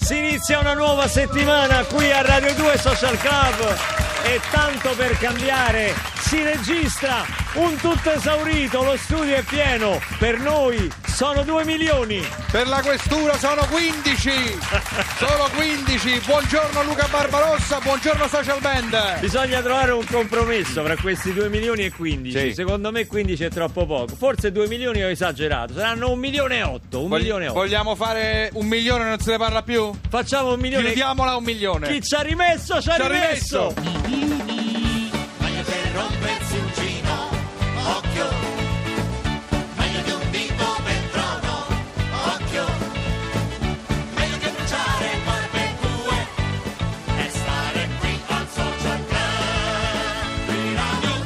Si inizia una nuova settimana qui a Radio 2 Social Club e tanto per cambiare si registra un tutto esaurito, lo studio è pieno, per noi sono 2 milioni. Per la questura sono 15. Solo 15. Buongiorno Luca Barbarossa, buongiorno Social Band. Bisogna trovare un compromesso fra questi 2 milioni e 15. Sì. Secondo me 15 è troppo poco. Forse 2 milioni ho esagerato. Saranno 1 milione e 8. 1 milione e 8. Vogliamo fare 1 milione e non se ne parla più? Facciamo 1 milione. Chiudiamola a 1 milione. Chi ci ha rimesso, ci ha rimesso. Meglio che rompersi un gino, occhio. Meglio di un dito per trono, occhio. Meglio che bruciare barbecue e stare qui al Social Club di Radio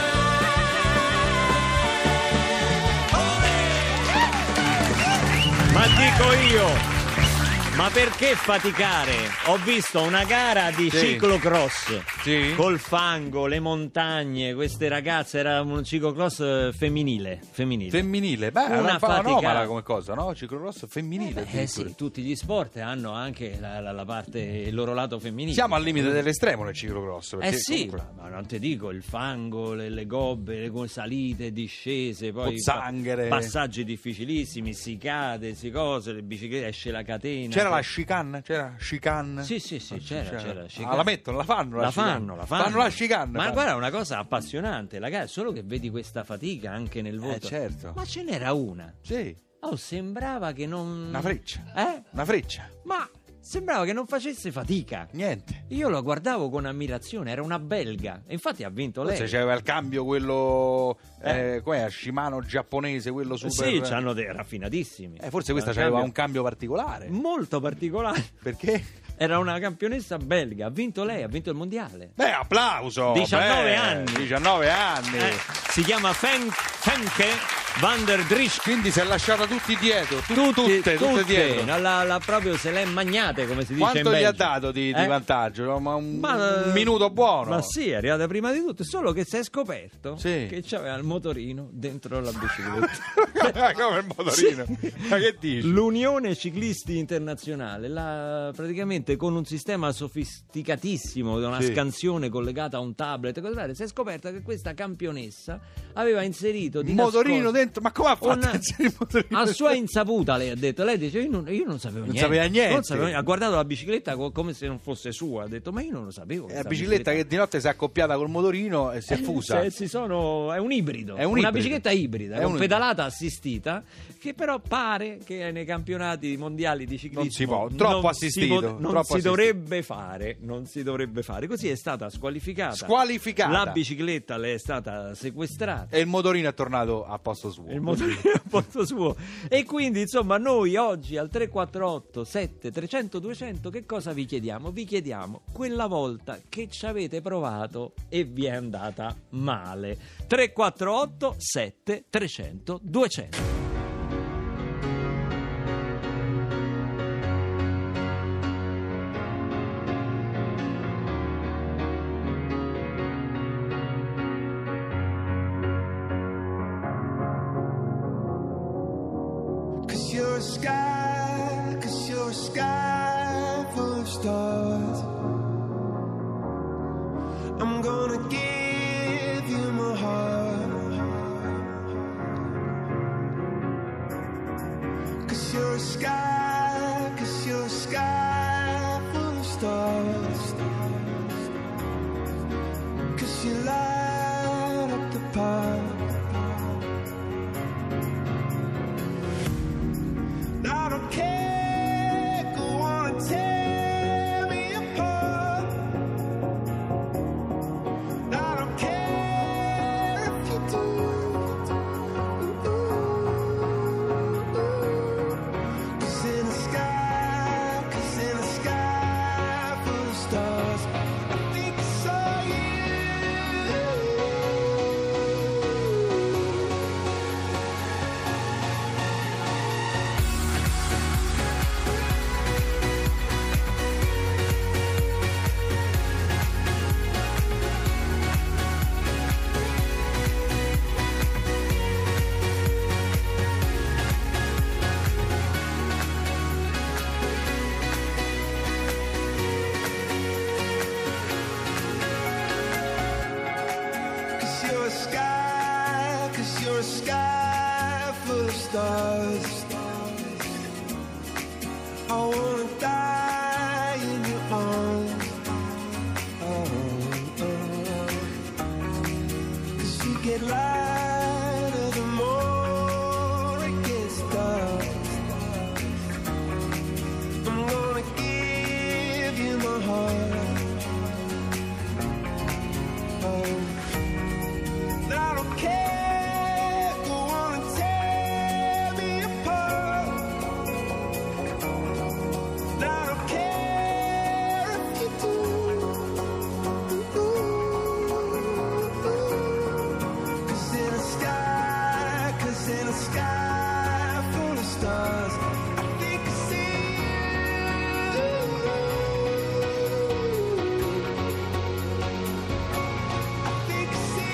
2. Ma dico io, ma perché faticare? Ho visto una gara di Sì. ciclocross. Sì. Col fango, le montagne, queste ragazze, era un ciclocross femminile. Femminile. Beh, Una una fatica. anomala come cosa, no? Ciclocross femminile. Sì, tutti gli sport hanno anche la parte, il loro lato femminile. Siamo al limite dell'estremo nel ciclocross. Perché Sì, comunque ma non ti dico, il fango, le gobbe, le salite, discese, poi pozzanghere. passaggi difficilissimi, si cade, si cose, le biciclette, esce la catena. C'era la chicane? C'era chicane? Sì, c'era la chicane. La mettono, la fanno La chicane. fanno. Fanno la chicane. Ma guarda, è una cosa appassionante, ragazzi, solo che vedi questa fatica anche nel voto. Certo. Ma ce n'era una. Sì, Oh, sembrava che non... una freccia. Eh? Una freccia. Ma sembrava che non facesse fatica. Niente. Io lo guardavo con ammirazione, era una belga. E infatti ha vinto lei. Forse c'era il cambio quello com'è? Shimano giapponese, quello super. Sì, c'hanno dei raffinatissimi. Forse questa C'hanno c'aveva un cambio particolare. molto particolare. Perché? Era una campionessa belga, ha vinto lei, ha vinto il mondiale. Beh, applauso! 19 anni. 19 anni. Si chiama Femke van der Drisch. Quindi si è lasciata tutti dietro, tutte dietro. Proprio se l'è magnate, come si dice in Quanto gli Belgio. ha dato di vantaggio? No? Ma un Ma, minuto buono. Ma sì, è arrivata prima di tutto, solo che si è scoperto Sì. che c'aveva il motorino dentro la bicicletta. Come il motorino. Ma che dici? L'Unione Ciclisti Internazionale praticamente con un sistema sofisticatissimo, una Sì. scansione collegata a un tablet e cose varie, si è scoperta che questa campionessa aveva inserito di Motorino nascosto- dentro, ma come ha fatto a inserire il motorino? a sua insaputa, lei ha detto, lei dice io non sapevo Non niente. sapeva niente. Non sapevo niente. Ha guardato la bicicletta come se non fosse sua, ha detto ma io non lo sapevo. La questa bicicletta che di notte si è accoppiata col motorino e si è fusa. È un ibrido, È un una ibrido. bicicletta ibrida, È con un pedalata assistita, che però pare che nei campionati mondiali di ciclismo Non si può, troppo assistito, non troppo si assistito. non si dovrebbe fare. Così è stata squalificata. Squalificata. La bicicletta le è stata sequestrata. E il motorino è tornato a posto suo. Il motore a posto suo. E quindi insomma noi oggi al 348 7 300 200 che cosa vi chiediamo? Vi chiediamo quella volta che ci avete provato e vi è andata male. 348 7 300 200. Cause you're a sky full of stars. I'm gonna give you my heart. Cause you're a sky full of stars. Cause you light up the park. I don't care, go on and tear me apart. I don't care if you do. 'Cause in the sky full of stars. I wanna die in your arms. Cause you get lighter the more it gets dark. I'm gonna give you my heart. I don't care, go on and tear me apart. I don't care if you do. Cause in a sky full of stars, I think I see you. I think I see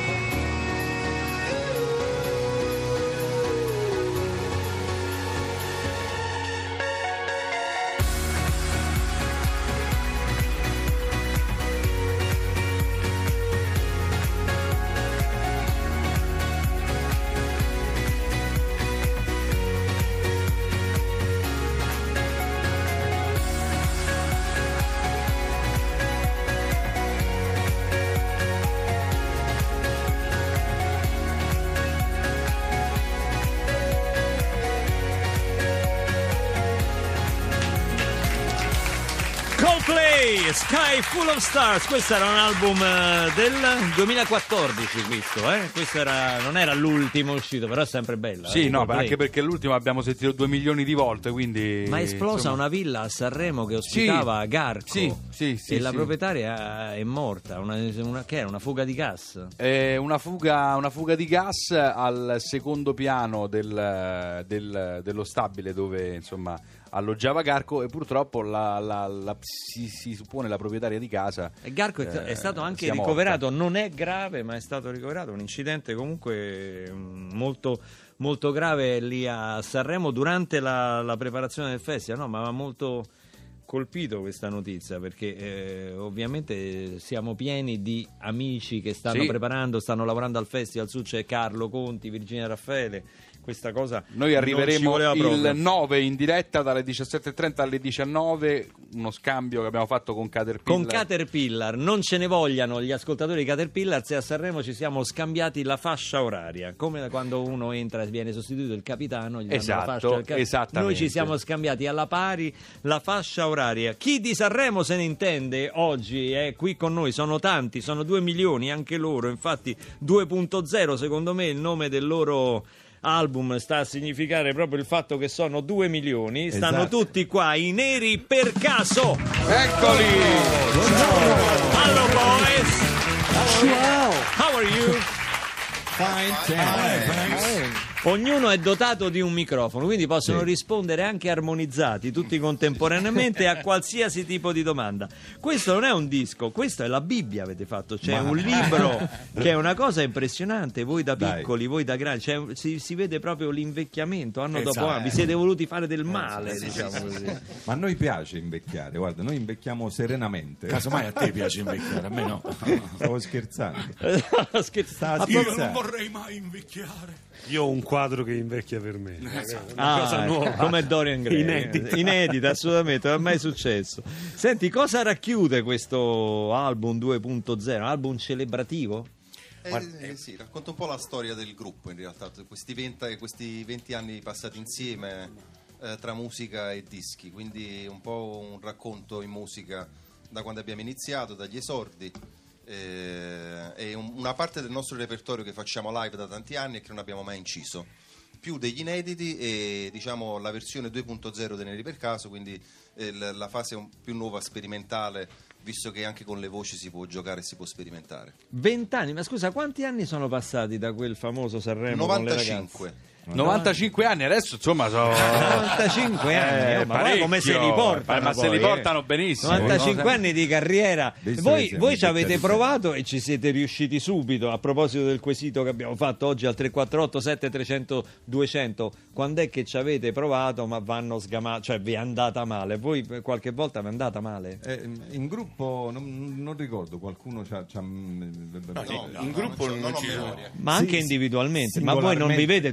Coldplay, Sky Full of Stars. Questo era un album del 2014, questo non era l'ultimo uscito, però è sempre bella. Sì, no, Coldplay. anche perché l'ultimo abbiamo sentito 2 milioni di volte, quindi... Ma è esplosa insomma... una villa a Sanremo che ospitava Garco. Sì, e la sì. proprietaria è morta. Che era una fuga di gas? Una fuga di gas al secondo piano dello stabile dove insomma alloggiava Garco, e purtroppo si suppone la proprietaria di casa. E Garco è stato anche sia ricoverato, morta. non è grave, ma è stato ricoverato. Un incidente comunque molto, molto grave lì a Sanremo durante la preparazione del festival. No, ma aveva molto colpito questa notizia, perché ovviamente siamo pieni di amici che stanno preparando, stanno lavorando al festival. Su c'è Carlo Conti, Virginia Raffaele. Questa cosa noi non arriveremo ci voleva il proprio. 9 in diretta dalle 17.30 alle 19, uno scambio che abbiamo fatto con Caterpillar. Con Caterpillar, non ce ne vogliano gli ascoltatori di Caterpillar se a Sanremo ci siamo scambiati la fascia oraria, come quando uno entra e viene sostituito il capitano, gli danno la fascia del esattamente. Noi ci siamo scambiati alla pari la fascia oraria. Chi di Sanremo se ne intende oggi è qui con noi, sono tanti, sono 2 milioni anche loro, infatti 2.0 secondo me il nome del loro album sta a significare proprio il fatto che sono 2 milioni. Stanno Esatto. tutti qua, i neri per caso. Eccoli! Hello boys. How are you? Ognuno è dotato di un microfono, quindi possono rispondere anche armonizzati, tutti contemporaneamente a qualsiasi tipo di domanda. Questo non è un disco, questo è la Bibbia, avete fatto. C'è un libro che è una cosa impressionante. Voi da piccoli, voi da grandi, si vede proprio l'invecchiamento anno dopo anno. Vi siete voluti fare del male, diciamo così. Ma a noi piace invecchiare, guarda, noi invecchiamo serenamente. Casomai a te piace invecchiare, a me no. Stavo scherzando. Scherzate. Io non vorrei mai invecchiare. Io ho un quadro che invecchia per me. Una cosa nuova. Come Dorian Gray. Inedita, assolutamente, non è mai successo. Senti, cosa racchiude questo album 2.0? Album celebrativo? Sì, racconta un po' la storia del gruppo in realtà, questi 20 anni passati insieme tra musica e dischi, quindi un po' un racconto in musica da quando abbiamo iniziato, dagli esordi. È una parte del nostro repertorio che facciamo live da tanti anni e che non abbiamo mai inciso, più degli inediti e diciamo la versione 2.0 dei Neri per caso, quindi la fase più nuova, sperimentale, visto che anche con le voci si può giocare e si può sperimentare. 20 anni, ma scusa, quanti anni sono passati da quel famoso Sanremo? 95. 95 anni, adesso insomma sono 95 anni, ma guarda come se li portano, ma se li portano benissimo. 95 anni di carriera. Voi ci avete provato e ci siete riusciti subito. A proposito del quesito che abbiamo fatto oggi al 348 7300 200, quando è che ci avete provato ma vanno sgamati, cioè vi è andata male? Voi qualche volta vi è andata male? In gruppo non ricordo, qualcuno in gruppo non ci sono. Ma anche individualmente, ma voi non vi vede tutti nella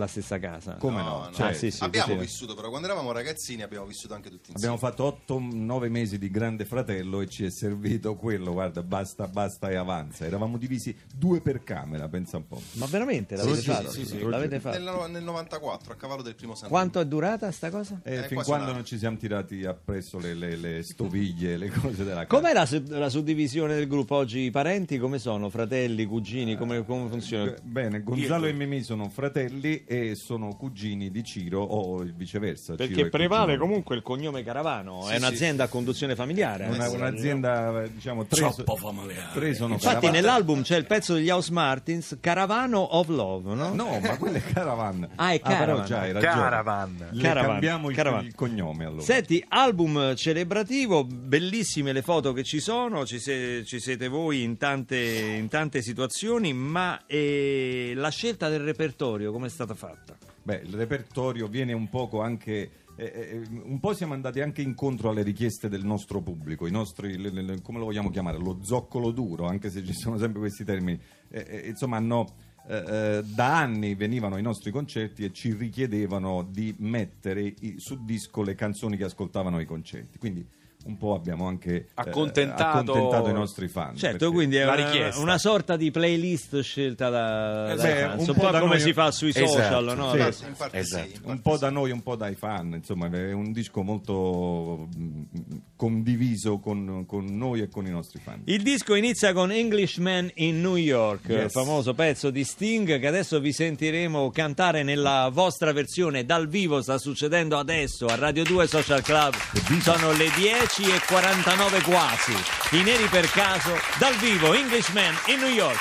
nella stessa casa? Come no? no. Cioè, Ah, sì, sì, abbiamo così. vissuto, però quando eravamo ragazzini abbiamo vissuto anche tutti insieme. Abbiamo fatto 8-9 mesi di Grande Fratello e ci è servito quello, guarda, basta e avanza. Eravamo divisi 2 per camera, pensa un po'. Ma veramente l'avete Sì, fatto? sì, sì. L'avete fatto? Nel 94, a cavallo del primo San Quanto è durata sta cosa? Fin quasi quando un anno. non ci siamo tirati appresso le stoviglie, le cose della casa. Com'è la suddivisione del gruppo oggi? I parenti come sono? Fratelli, cugini? Come funziona? Bene, Gonzalo e Mimì sono fratelli e sono cugini di Ciro o viceversa. Ciro Perché è prevale cugino. comunque il cognome Caravano, Sì, è un'azienda a conduzione familiare. Un'azienda, diciamo, tre sono Infatti Caravan. nell'album c'è il pezzo degli House Martins, Caravano of Love, no? No, ma quello è Caravan. Ah, è però Caravan. già hai ragione. Caravan. Le Caravan. cambiamo Caravan. il cognome allora. Senti, album celebrativo, bellissime le foto che ci sono, ci siete voi in tante situazioni, ma la scelta del repertorio come è stata fatta? Beh, il repertorio viene un poco anche... un po' siamo andati anche incontro alle richieste del nostro pubblico, i nostri, come lo vogliamo chiamare, lo zoccolo duro, anche se ci sono sempre questi termini, insomma da anni venivano ai nostri concerti e ci richiedevano di mettere su disco le canzoni che ascoltavano ai concerti, quindi un po' abbiamo anche accontentato i nostri fan. Certo, perché- quindi è la una, richiesta. una sorta di playlist scelta dai fans, un un po' po' da come noi- si fa sui Esatto, social, no? sì. Adesso. In parte Esatto. sì, in un parte po' da noi, un po' dai fan, insomma, è un disco molto condiviso con noi e con i nostri fan. Il disco inizia con Englishman in New York, Yes. il famoso pezzo di Sting che adesso vi sentiremo cantare nella vostra versione dal vivo. Sta succedendo adesso a Radio 2 Social Club. Sono le 10:49 quasi. I Neri per caso dal vivo Englishman in New York.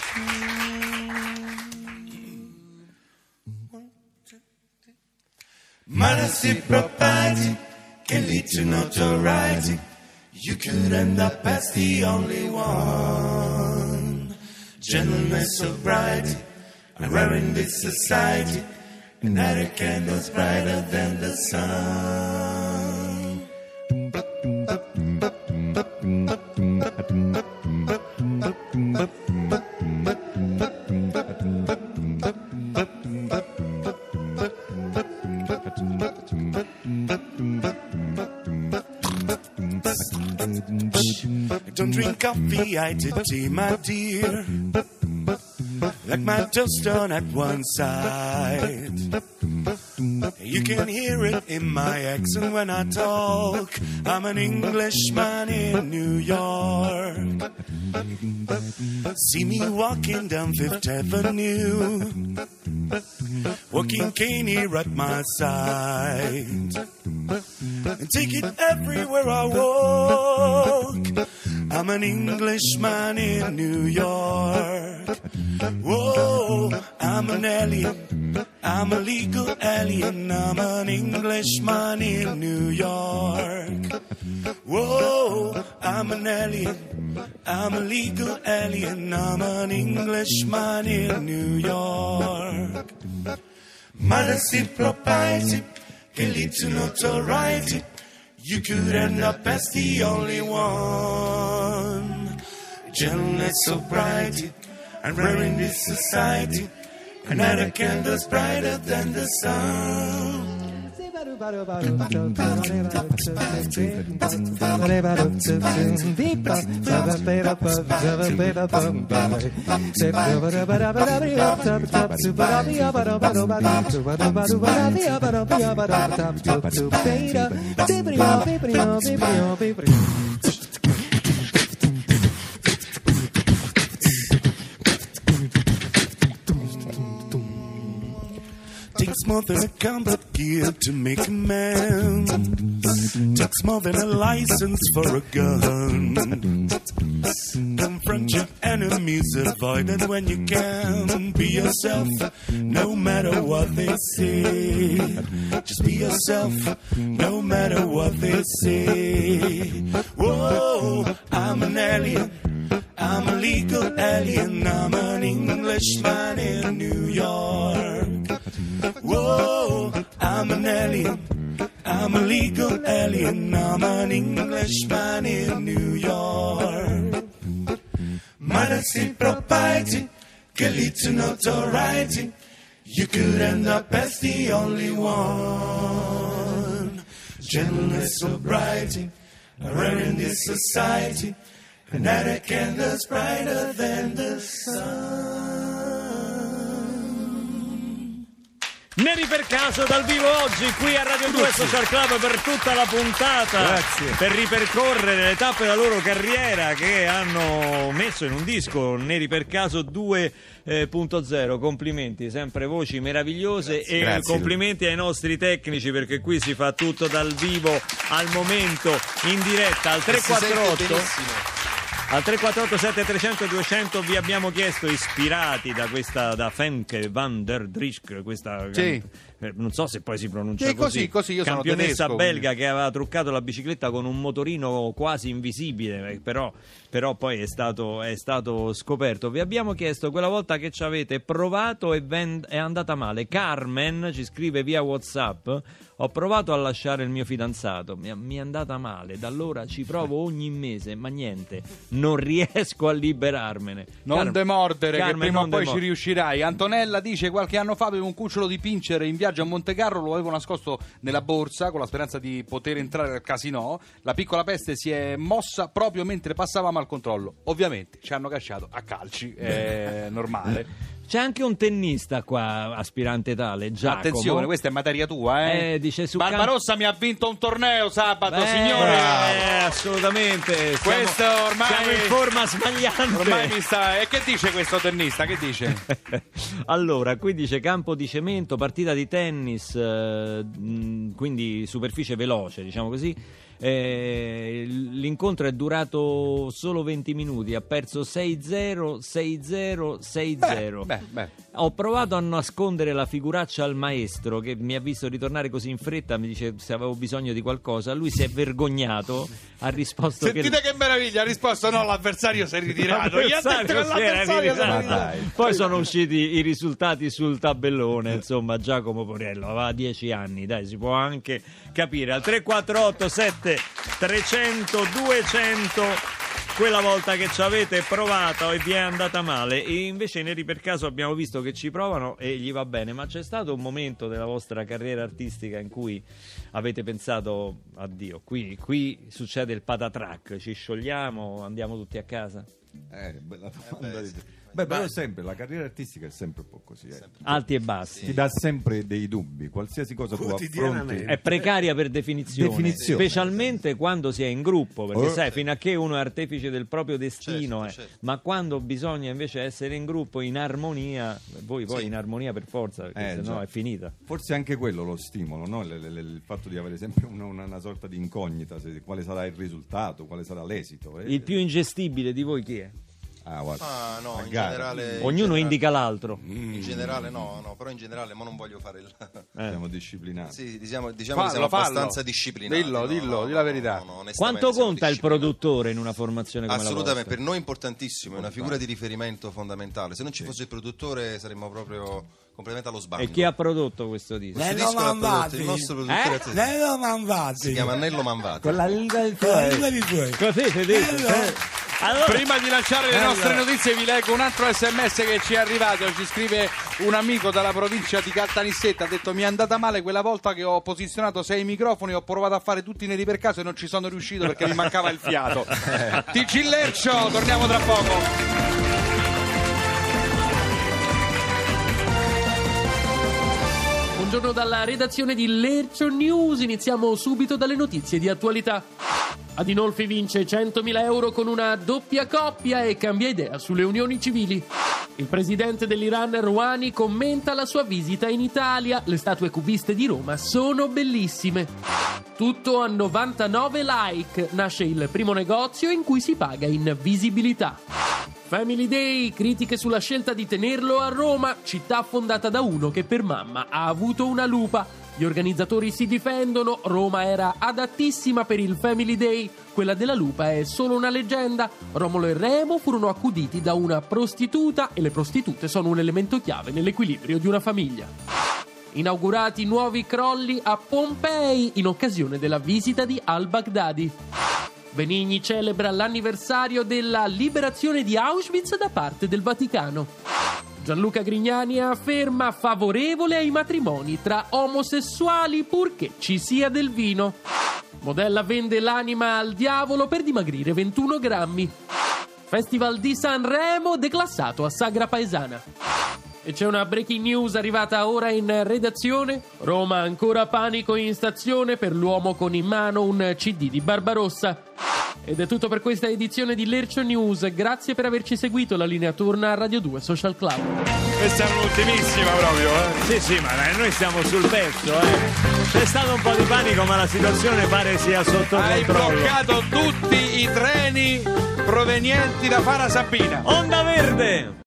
Modesty, propriety can lead to notoriety. You could end up as the only one. Gentleness, sobriety, and rare in this society. Another candle's brighter than the sun. I don't drink coffee, I did tea, my dear. Like my toaststone at one side. You can hear it in my accent when I talk. I'm an Englishman in New York. See me walking down Fifth Avenue, walking cane here at my side, and take it everywhere I walk. I'm an Englishman in New York. Whoa, I'm an alien. I'm a legal alien. I'm an Englishman in New York. Whoa, I'm an alien. I'm a legal alien. I'm an Englishman in New York. Modesty, propriety can lead to notoriety. You could end up as the only one. Gentleness, sobriety, and rare in this society. Another candle's brighter than the sun. Takes more than a compact gear to make a man. Takes more than a license for a gun. Confront your enemies, avoid them when you can. Be yourself, no matter what they say. Just be yourself, no matter what they say. Whoa, I'm an alien. I'm a legal alien. I'm an Englishman in New York. Whoa, I'm an alien. I'm a legal alien. I'm an Englishman in New York. Modesty, propriety can lead to notoriety. You could end up as the only one. Gentleness, sobriety, rare in this society. And that a candle's brighter than the sun. Neri per caso dal vivo oggi qui a Radio 2 Social Club per tutta la puntata. Grazie. Per ripercorrere le tappe della loro carriera che hanno messo in un disco Neri per caso 2.0. Complimenti, sempre voci meravigliose. Grazie. E Grazie. complimenti ai nostri tecnici perché qui si fa tutto dal vivo al momento in diretta al 348. Al 348-7300-200 vi abbiamo chiesto, ispirati da Femke van der Drisk, questa Sì. non so se poi si pronuncia Sì, così, così, io sono campionessa tedesco, belga che aveva truccato la bicicletta con un motorino quasi invisibile, però poi è stato scoperto. Vi abbiamo chiesto quella volta che ci avete provato e è andata male. Carmen ci scrive via WhatsApp: ho provato a lasciare il mio fidanzato, mi è andata male, da allora ci provo ogni mese, ma niente, non riesco a liberarmene. Non demordere, Carmen, che prima o non poi demordere. ci riuscirai. Antonella dice: qualche anno fa avevo un cucciolo di pincere in viaggio a Montecarlo, lo avevo nascosto nella borsa con la speranza di poter entrare al casinò. La piccola peste si è mossa proprio mentre passavamo al controllo. Ovviamente ci hanno cacciato a calci, è normale. C'è anche un tennista qua, aspirante tale, Giacomo. Attenzione, questa è materia tua, dice su Barbarossa mi ha vinto un torneo sabato, signore. signore. Assolutamente. Questo ormai- siamo in forma smagliante. Ormai mi sta. E che dice questo tennista? Che dice? Allora, qui dice campo di cemento, partita di tennis, quindi superficie veloce, diciamo così. L'incontro è durato solo 20 minuti, ha perso 6-0, 6-0, 6-0. Beh. Ho provato a nascondere la figuraccia al maestro che mi ha visto ritornare così in fretta, mi dice se avevo bisogno di qualcosa, lui si è vergognato, ha risposto Sentite che meraviglia, ha risposto no, l'avversario si è ritirato. Gli ha detto che l'avversario si era l'avversario si è ritirato. ritirato. Poi sono usciti i risultati sul tabellone, insomma Giacomo Porello aveva 10 anni, dai, si può anche capire. Al 348 300 200 quella volta che ci avete provato e vi è andata male, e invece Neri per caso abbiamo visto che ci provano e gli va bene. Ma c'è stato un momento della vostra carriera artistica in cui avete pensato addio, qui succede il patatrack, ci sciogliamo, andiamo tutti a casa? Bella domanda. Però è sempre, la carriera artistica è sempre un po' così. Alti e bassi. Ti dà sempre dei dubbi, qualsiasi cosa tu affronti. È precaria per definizione, specialmente quando si è in gruppo, perché sai, fino a che uno è artefice del proprio destino, certo. ma quando bisogna invece essere in gruppo, in armonia, voi poi Sì. in armonia per forza, perché sennò già. è finita. Forse anche quello lo stimolo, no? Il fatto di avere sempre una sorta di incognita, quale sarà il risultato, quale sarà l'esito. Il più ingestibile di voi chi è? Guarda. Ah, no, in Magari. generale. Ognuno in generale- indica l'altro. In generale, no, però in generale, ma non voglio fare il. Siamo disciplinati. Sì, diciamo che Fallo, siamo fallo. abbastanza disciplinati. Dillo, di la verità. onestamente Quanto siamo conta il disciplinati. produttore in una formazione come Assolutamente, la per vostra? noi è importantissimo, è una figura di riferimento fondamentale. Se non ci fosse il produttore saremmo proprio completamente allo sbando. E chi ha prodotto questo disco? Questo Nello disco l'ha prodotto Manvati. il nostro produttore artistico. Nello Manvati. Si chiama Nello Manvati. Con la lingua di fuori. Così si dice. Allora, Prima di lanciare le nostre notizie vi leggo un altro sms che ci è arrivato. Ci scrive un amico dalla provincia di Caltanissetta, ha detto mi è andata male quella volta che ho posizionato 6 microfoni, ho provato a fare tutti neri per caso e non ci sono riuscito perché mi mancava il fiato. TG Lercio, torniamo tra poco. Buongiorno dalla redazione di Lercio News, iniziamo subito dalle notizie di attualità. Adinolfi vince 100.000 euro con una doppia coppia e cambia idea sulle unioni civili. Il presidente dell'Iran Rouhani commenta la sua visita in Italia. Le statue cubiste di Roma sono bellissime. Tutto a 99 like. Nasce il primo negozio in cui si paga in visibilità. Family Day, critiche sulla scelta di tenerlo a Roma, città fondata da uno che per mamma ha avuto una lupa. Gli organizzatori si difendono, Roma era adattissima per il Family Day, quella della lupa è solo una leggenda. Romolo e Remo furono accuditi da una prostituta e le prostitute sono un elemento chiave nell'equilibrio di una famiglia. Inaugurati nuovi crolli a Pompei in occasione della visita di al-Baghdadi. Benigni celebra l'anniversario della liberazione di Auschwitz da parte del Vaticano. Gianluca Grignani afferma favorevole ai matrimoni tra omosessuali purché ci sia del vino. Modella vende l'anima al diavolo per dimagrire 21 grammi. Festival di Sanremo declassato a sagra paesana. E c'è una breaking news arrivata ora in redazione. Roma ancora panico in stazione per l'uomo con in mano un CD di Barbarossa. Ed è tutto per questa edizione di Lercio News. Grazie per averci seguito. La linea torna a Radio 2 Social Club. Questa è un'ultimissima proprio, Sì, ma noi siamo sul pezzo, C'è stato un po' di panico, ma la situazione pare sia sotto Hai controllo. bloccato tutti i treni provenienti da Fara Sabina. Onda Verde!